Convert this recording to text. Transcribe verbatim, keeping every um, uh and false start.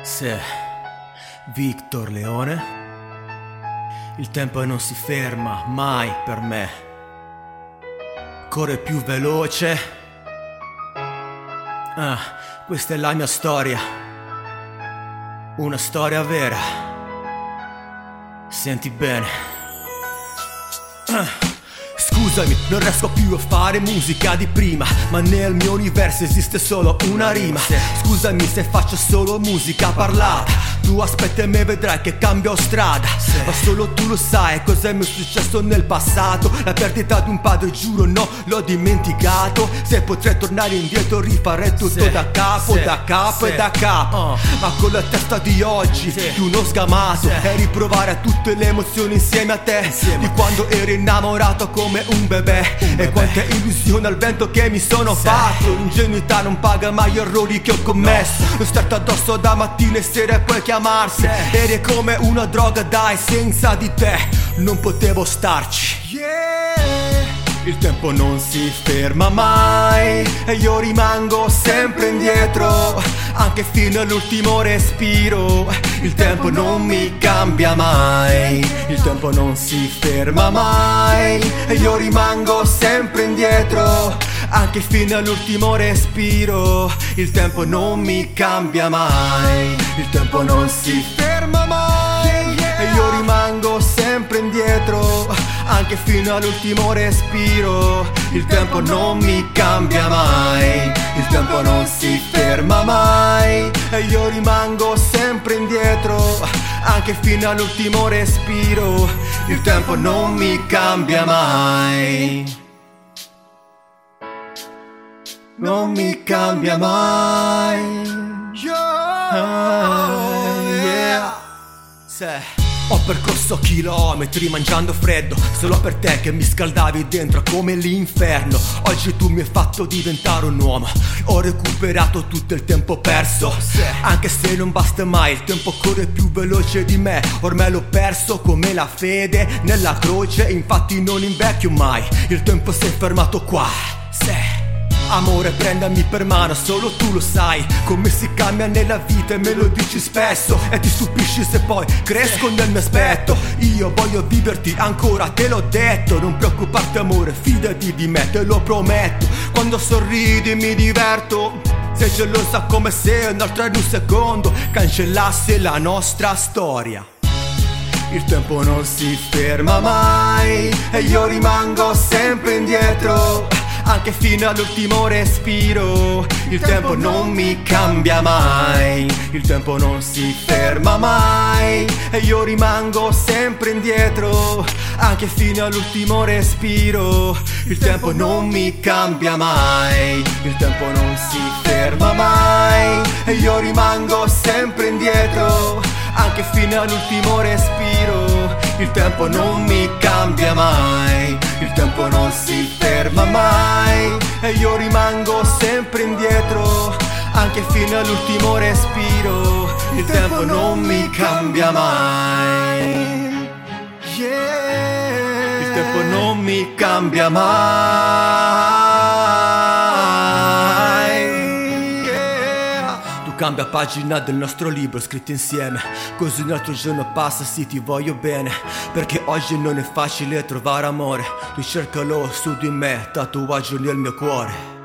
Sì, Victor Leone. Il tempo non si ferma mai per me, corre più veloce. Ah, questa è la mia storia, una storia vera. Senti bene. Ah. Scusami, non riesco più a fare musica di prima, ma nel mio universo esiste solo una rima. Scusami se faccio solo musica parlata, tu aspetta e me vedrai che cambio strada. Ma solo tu lo sai cosa mi è successo nel passato. La perdita di un padre, giuro no, l'ho dimenticato. Se potrei tornare indietro rifarei tutto sì, da capo, sì, da capo sì, e da capo uh. Ma con la testa di oggi, sì, di uno sgamato, sì, e riprovare tutte le emozioni insieme a te, insieme di quando eri innamorato come un bebè. Un bebè. E quante illusioni al vento che mi sono sì, fatto. L'ingenuità non paga mai gli errori che ho commesso, no. Non starti addosso da mattina e sera e poi chiamarsi, sì, eri come una droga, dai, senza di te non potevo starci. Yeah. Il tempo non si ferma mai e io rimango sempre indietro, anche fino all'ultimo respiro. Il tempo non mi cambia mai, il tempo non si ferma mai e io rimango sempre indietro, anche fino all'ultimo respiro. Il tempo non mi cambia mai, il tempo non si ferma mai e io rimango sempre indietro, anche fino all'ultimo respiro. Il tempo non mi cambia mai, il tempo non si ferma mai e io rimango sempre indietro, anche fino all'ultimo respiro. Il tempo non mi cambia mai, non mi cambia mai. Ah, yeah. Sì. Ho percorso chilometri mangiando freddo, solo per te che mi scaldavi dentro come l'inferno. Oggi tu mi hai fatto diventare un uomo, ho recuperato tutto il tempo perso. Anche se non basta mai, il tempo corre più veloce di me. Ormai l'ho perso come la fede nella croce, infatti non invecchio mai. Il tempo si è fermato qua. Sì. Amore, prendami per mano, solo tu lo sai come si cambia nella vita e me lo dici spesso. E ti stupisci se poi cresco nel mio aspetto. Io voglio viverti ancora, te l'ho detto. Non preoccuparti amore, fidati di me, te lo prometto. Quando sorridi mi diverto, sei gelosa come se un'altra in un secondo cancellasse la nostra storia. Il tempo non si ferma mai e io rimango sempre indietro, anche fino all'ultimo respiro. Il tempo non mi cambia mai, il tempo non si ferma mai e io rimango sempre indietro, anche fino all'ultimo respiro. Il tempo non mi cambia mai, il tempo non si ferma mai e io rimango sempre indietro, anche fino all'ultimo respiro. Il tempo non mi cambia mai, il tempo non si ferma mai e io rimango sempre indietro, anche fino all'ultimo respiro. Il tempo non mi cambia mai, yeah. Il tempo non mi cambia mai, yeah. Tu cambia pagina del nostro libro scritto insieme, così un altro giorno passa, sì ti voglio bene, perché oggi non è facile trovare amore. Tu cercalo su di me, tatuaggio nel mio cuore.